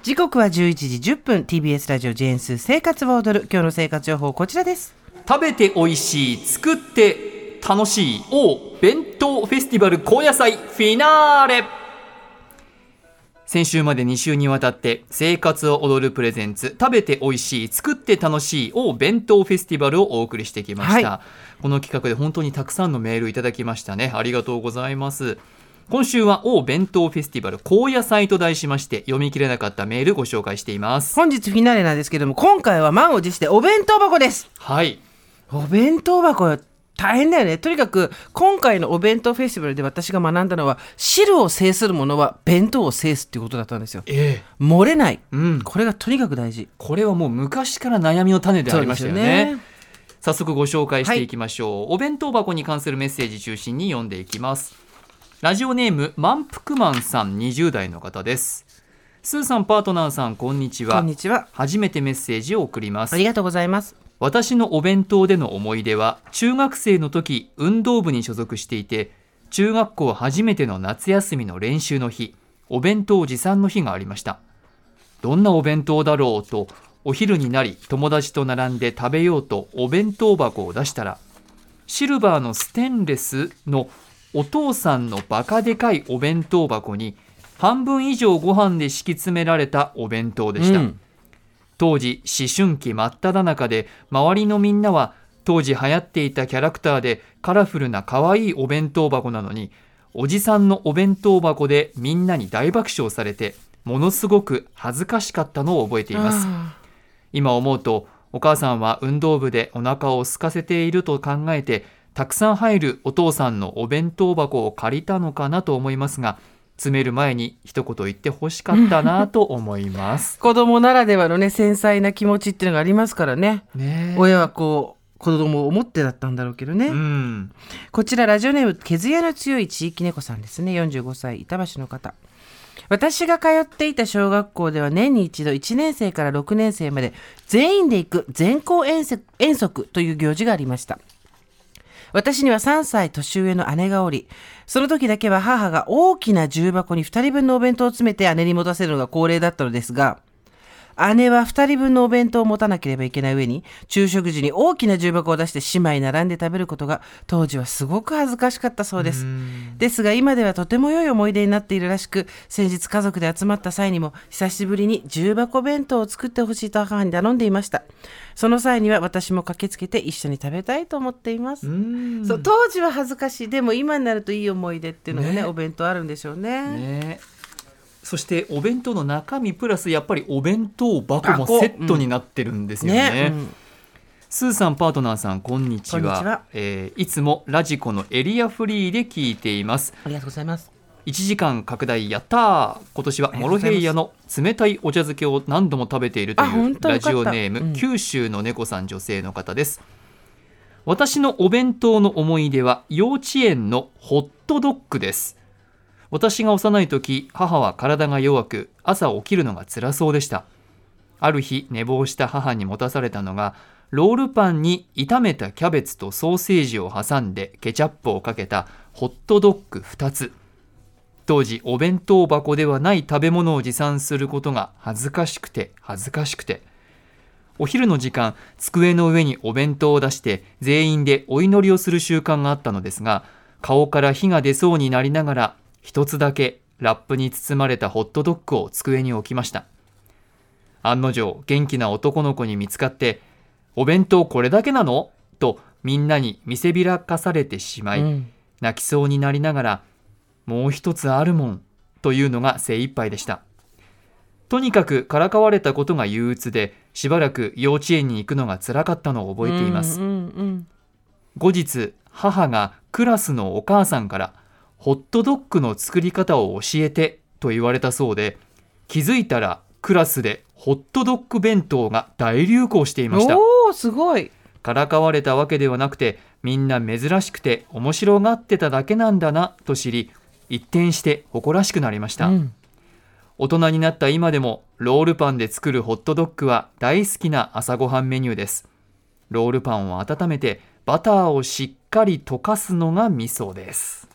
時刻は11時10分 TBS ラジオジェーンス生活は踊る。今日の生活情報こちらです。 食べて美味しい、作って楽しい弁当フェスティバル高野菜フィナーレ。先週まで2週にわたって生活を踊るプレゼンツ食べて美味しい、作って楽しい弁当フェスティバルをお送りしてきました、この企画で本当にたくさんのメールいただきましたね。ありがとうございます。今週は弁当フェスティバル高野菜と題しまして読み切れなかったメールご紹介しています。 本日フィナーレなんですけども、今回は満を持してお弁当箱です。 はい、 お弁当箱大変だよね。とにかく今回のお弁当フェスティバルで私が学んだのは、汁を制するものは弁当を制すっていうことだったんですよ。漏れない、これがとにかく大事。 これはもう昔から悩みの種でありましたよね。早速ご紹介していきましょう、お弁当箱に関するメッセージ中心に読んでいきます。ラジオネーム満腹マンさん、20代の方です。スーさん、パートナーさん、こんにちは。 こんにちは。 初めてメッセージを送ります。 ありがとうございます。 私のお弁当での思い出は、中学生の時運動部に所属していて、中学校初めての夏休みの練習の日、お弁当持参の日がありました。どんなお弁当だろうとお昼になり、友達と並んで食べようとお弁当箱を出したら、シルバーのステンレスのお父さんのバカでかいお弁当箱に半分以上ご飯で敷き詰められたお弁当でした、当時思春期真っ只中で、周りのみんなは当時流行っていたキャラクターでカラフルな可愛いお弁当箱なのに、おじさんのお弁当箱でみんなに大爆笑されて、ものすごく恥ずかしかったのを覚えています。今思うと、お母さんは運動部でお腹を空かせていると考えて、たくさん入るお父さんのお弁当箱を借りたのかなと思いますが、詰める前に一言言ってほしかったなと思います子供ならではのね、繊細な気持ちっていうのがありますからね。親は子供を思ってだったんだろうけどね、こちらラジオネーム毛艶の強い地域猫さんですね。45歳板橋の方。私が通っていた小学校では年に一度1年生から6年生まで全員で行く全校遠足という行事がありました。私には3歳年上の姉がおり、その時だけは母が大きな重箱に2人分のお弁当を詰めて姉に持たせるのが恒例だったのですが、姉は2人分のお弁当を持たなければいけない上に、昼食時に大きな重箱を出して姉妹並んで食べることが当時はすごく恥ずかしかったそうです。ですが今ではとても良い思い出になっているらしく、先日家族で集まった際にも久しぶりに重箱弁当を作ってほしいと母に頼んでいました。その際には私も駆けつけて一緒に食べたいと思っています。そう、当時は恥ずかしい、でも今になるといい思い出っていうのがね、お弁当あるんでしょうね。 そしてお弁当の中身プラスやっぱりお弁当箱もセットになってるんですよね。スーさん、パートナーさん、こんにちは。いつもラジコのエリアフリーで聞いています。 ありがとうございます。 1時間拡大やったー。今年はモロヘイヤの冷たいお茶漬けを何度も食べているというラジオネーム、九州の猫さん、女性の方です。私のお弁当の思い出は幼稚園のホットドッグです。私が幼い時、母は体が弱く朝起きるのが辛そうでした。ある日寝坊した母に持たされたのが、ロールパンに炒めたキャベツとソーセージを挟んでケチャップをかけたホットドッグ2つ。当時お弁当箱ではない食べ物を持参することが恥ずかしくて、お昼の時間、机の上にお弁当を出して全員でお祈りをする習慣があったのですが、顔から火が出そうになりながら一つだけラップに包まれたホットドッグを机に置きました。案の定、元気な男の子に見つかって、お弁当これだけなの？とみんなに見せびらかされてしまい、泣きそうになりながら、もう一つあるもんというのが精一杯でした。とにかくからかわれたことが憂鬱で、しばらく幼稚園に行くのが辛かったのを覚えています。後日、母がクラスのお母さんからホットドッグの作り方を教えてと言われたそうで、気づいたらクラスでホットドッグ弁当が大流行していました。 すごい。 からかわれたわけではなくて、みんな珍しくて面白がってただけなんだなと知り、一転して誇らしくなりました。大人になった今でもロールパンで作るホットドッグは大好きな朝ごはんメニューです。ロールパンを温めてバターをしっかり溶かすのがミソです。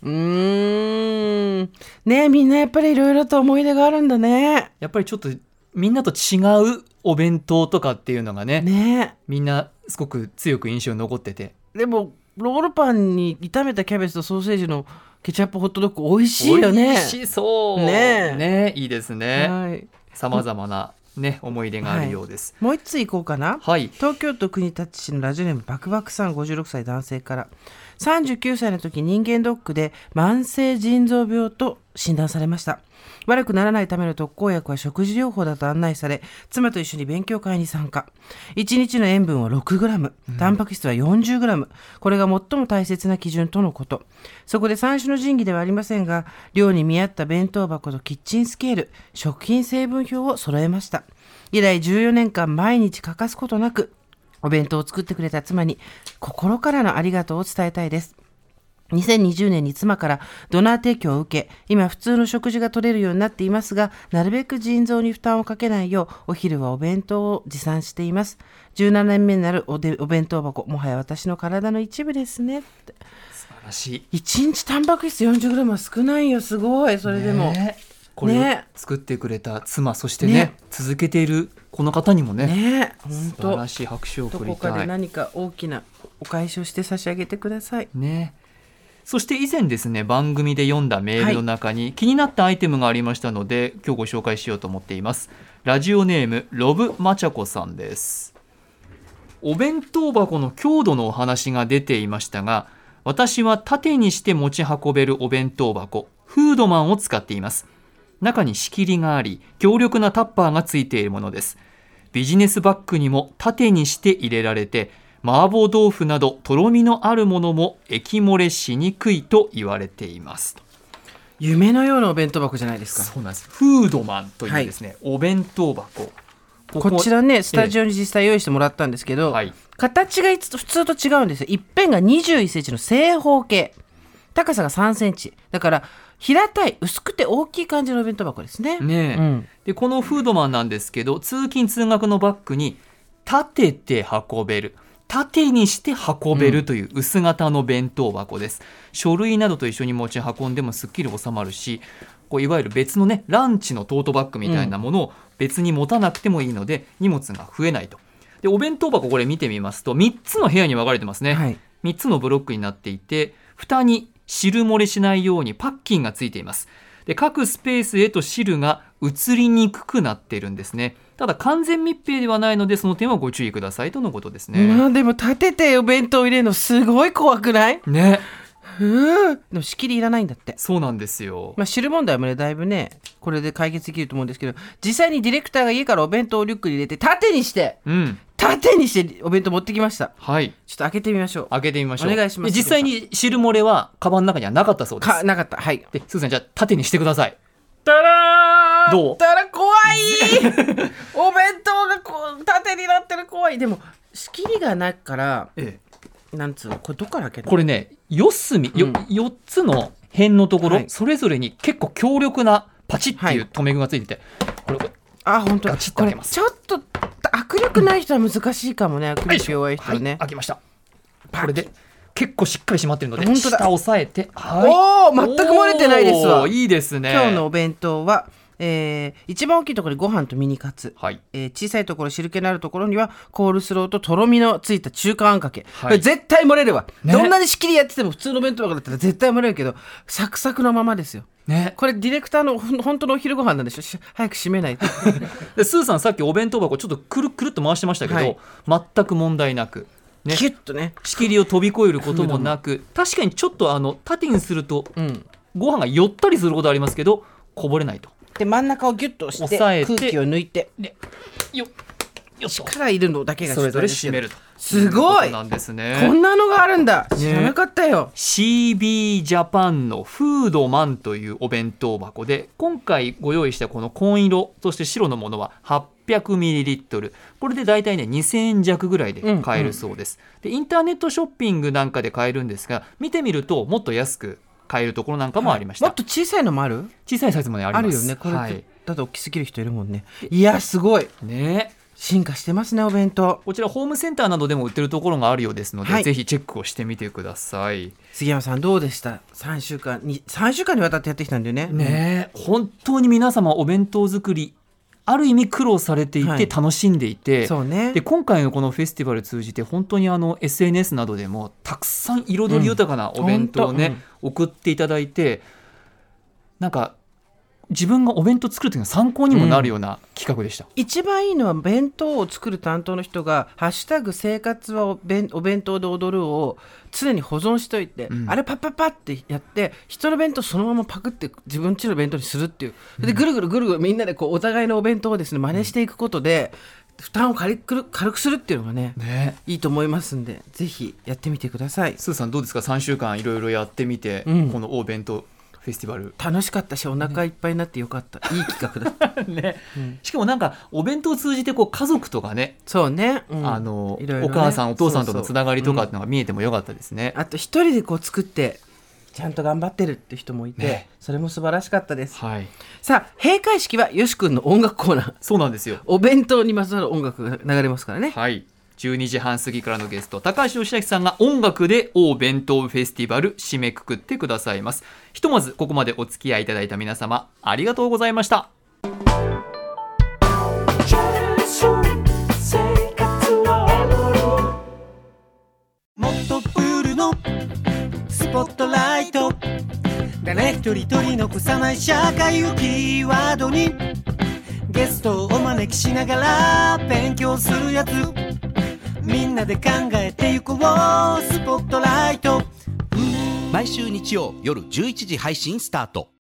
ね、みんなやっぱりいろいろと思い出があるんだね。 やっぱりちょっとみんなと違うお弁当とかっていうのが ねみんなすごく強く印象に残ってて、 でもロールパンに炒めたキャベツとソーセージのケチャップホットドッグ美味しいよね。 美味しそうね、いいですね。 はい、 様々なね思い出があるようです。 はい、もう一ついこうかな。 はい、 東京都国立市のラジオネームバクバクさん、56歳男性から。39歳の時、人間ドックで慢性腎臓病と診断されました。悪くならないための特効薬は食事療法だと案内され、妻と一緒に勉強会に参加。1日の塩分は 6g、タンパク質は 40g、これが最も大切な基準とのこと。そこで三種の神器ではありませんが、量に見合った弁当箱とキッチンスケール、食品成分表を揃えました。以来14年間毎日欠かすことなくお弁当を作ってくれた妻に心からのありがとうを伝えたいです。2020年に妻からドナー提供を受け、今普通の食事が取れるようになっていますが、なるべく腎臓に負担をかけないようお昼はお弁当を持参しています。17年目になる お弁当箱、もはや私の体の一部ですねって。 素晴らしい。1日タンパク質 40g は少ないよ。すごい。それでもこれを作ってくれた妻、そしてね続けているこの方にもね素晴らしい拍手を送りたい。 どこかで何か大きなお返しをして差し上げてくださいね。そして以前ですね番組で読んだメールの中に気になったアイテムがありましたので、今日ご紹介しようと思っています。ラジオネームロブマチャコさんです。お弁当箱の強度のお話が出ていましたが、私は縦にして持ち運べるお弁当箱フードマンを使っています。中に仕切りがあり、強力なタッパーがついているものです。ビジネスバッグにも縦にして入れられて、麻婆豆腐などとろみのあるものも液漏れしにくいと言われています。 夢のようなお弁当箱じゃないですか。 そうなんです。フードマンというですね、はい、お弁当箱。 こちらねスタジオに実際用意してもらったんですけど、はい、形が普通と違うんですよ。一辺が21センチの正方形、高さが3センチだから平たい薄くて大きい感じのお弁当箱ですね。 でこのフードマンなんですけど、通勤通学のバッグに立てて運べる、縦にして運べるという薄型の弁当箱です。書類などと一緒に持ち運んでもすっきり収まるし、こういわゆる別のねランチのトートバッグみたいなものを別に持たなくてもいいので、荷物が増えないと。でお弁当箱これ見てみますと3つの部屋に分かれてますね、はい、3つのブロックになっていて、蓋に汁漏れしないようにパッキンがついています。で各スペースへと汁が移りにくくなっているんですね。ただ完全密閉ではないのでその点はご注意くださいとのことですね。 でも立ててお弁当入れるのすごい怖くないね。 でも仕切りいらないんだって。 そうなんですよ。 汁問題もねだいぶねこれで解決できると思うんですけど、実際にディレクターが家からお弁当をリュックに入れて縦にして、縦にしてお弁当持ってきました。 はい。 ちょっと開けてみましょう。 開けてみましょう。 お願いします。 実際に汁漏れはカバンの中にはなかったそうです。 なかった。はい。 で、すずさんじゃあ縦にしてください。 たらー。 どう？ たら怖い。お弁当が縦になってる怖い。でも仕切りがないから、なんつうのこれどこから開けるの？ これね四隅、4つの辺のところ、それぞれに結構強力なパチッっていう留め具がついてて、これ本当ガチッと開けます。 ちょっと握力ない人は難しいかもね。握力弱い人はね。 開けました。これで結構しっかり閉まってるので下押さえて、 全く漏れてないですわ。 いいですね。 今日のお弁当は一番大きいところにご飯とミニカツ、小さいところ汁気のあるところにはコールスローととろみのついた中華あんかけ、これ絶対漏れるわ、どんなに仕切りやってても普通の弁当箱だったら絶対漏れるけどサクサクのままですよ、これディレクターの本当のお昼ご飯なんでしょ。早く閉めないとでスーさんさっきお弁当箱ちょっとくるくるっと回してましたけど、全く問題なくキュッとね仕切りを飛び越えることもなく、確かにちょっと縦にすると、ご飯が寄ったりすることありますけどこぼれないと。 で真ん中をギュッと押して空気を抜いて力いるのだけがそれぞれ締めると。 すごいなんですね。 こんなのがあるんだ、知らなかったよ。 CB ジャパンのフードマンというお弁当箱で、今回ご用意したこの紺色そして白のものは 800ml、 これでだいたいね2000円弱ぐらいで買えるそうです、でインターネットショッピングなんかで買えるんですが、見てみるともっと安く買えるところなんかもありました、 もっと小さいのもある？ 小さいサイズも、ね、あります。 あるよね。これ、だと大きすぎる人いるもんね。いやすごいね。 進化してますね、お弁当。 こちらホームセンターなどでも売ってるところがあるようですので、ぜひチェックをしてみてください。 杉山さんどうでした？3週間にわたってやってきたんだよね。 本当に皆様お弁当作りある意味苦労されていて楽しんでいて、 そうね、 で今回のこのフェスティバル通じて本当にSNS などでもたくさん彩り豊かなお弁当を送っていただいて、なんか自分がお弁当作る時の参考にもなるような企画でした。 一番いいのは弁当を作る担当の人がハッシュタグ生活はお弁当で踊るを常に保存しといて、あれパッパッパってやって人の弁当そのままパクって自分家の弁当にするっていう、でぐるぐるみんなでこうお互いのお弁当をですね真似していくことで、負担を軽くするっていうのがねいいと思いますんで、ぜひやってみてください。 スーさんどうですか？3週間いろいろやってみて、このお弁当フェスティバル楽しかったし、お腹いっぱいになってよかった、いい企画だったね、しかもなんかお弁当を通じてこう家族とかね、 そうね、いろいろね、 お母さんお父さんとのつながりとかっていうのが見えてもよかったですね。 あと一人でこう作ってちゃんと頑張ってるって人もいて、それも素晴らしかったです。さあ閉会式はよし君の音楽コーナー。 そうなんですよ、 お弁当にまつわる音楽が流れますからね。 12時半過ぎからのゲスト高橋義明さんが音楽でお弁当フェスティバル締めくくってくださいます。ひとまずここまでお付き合いいただいた皆様ありがとうございました。 もっとプールのスポットライト、誰一人取り残さない社会をキーワードにゲストをお招きしながら勉強するやつ、みんなで考えてゆこうスポットライト。 毎週日曜夜11時配信スタート。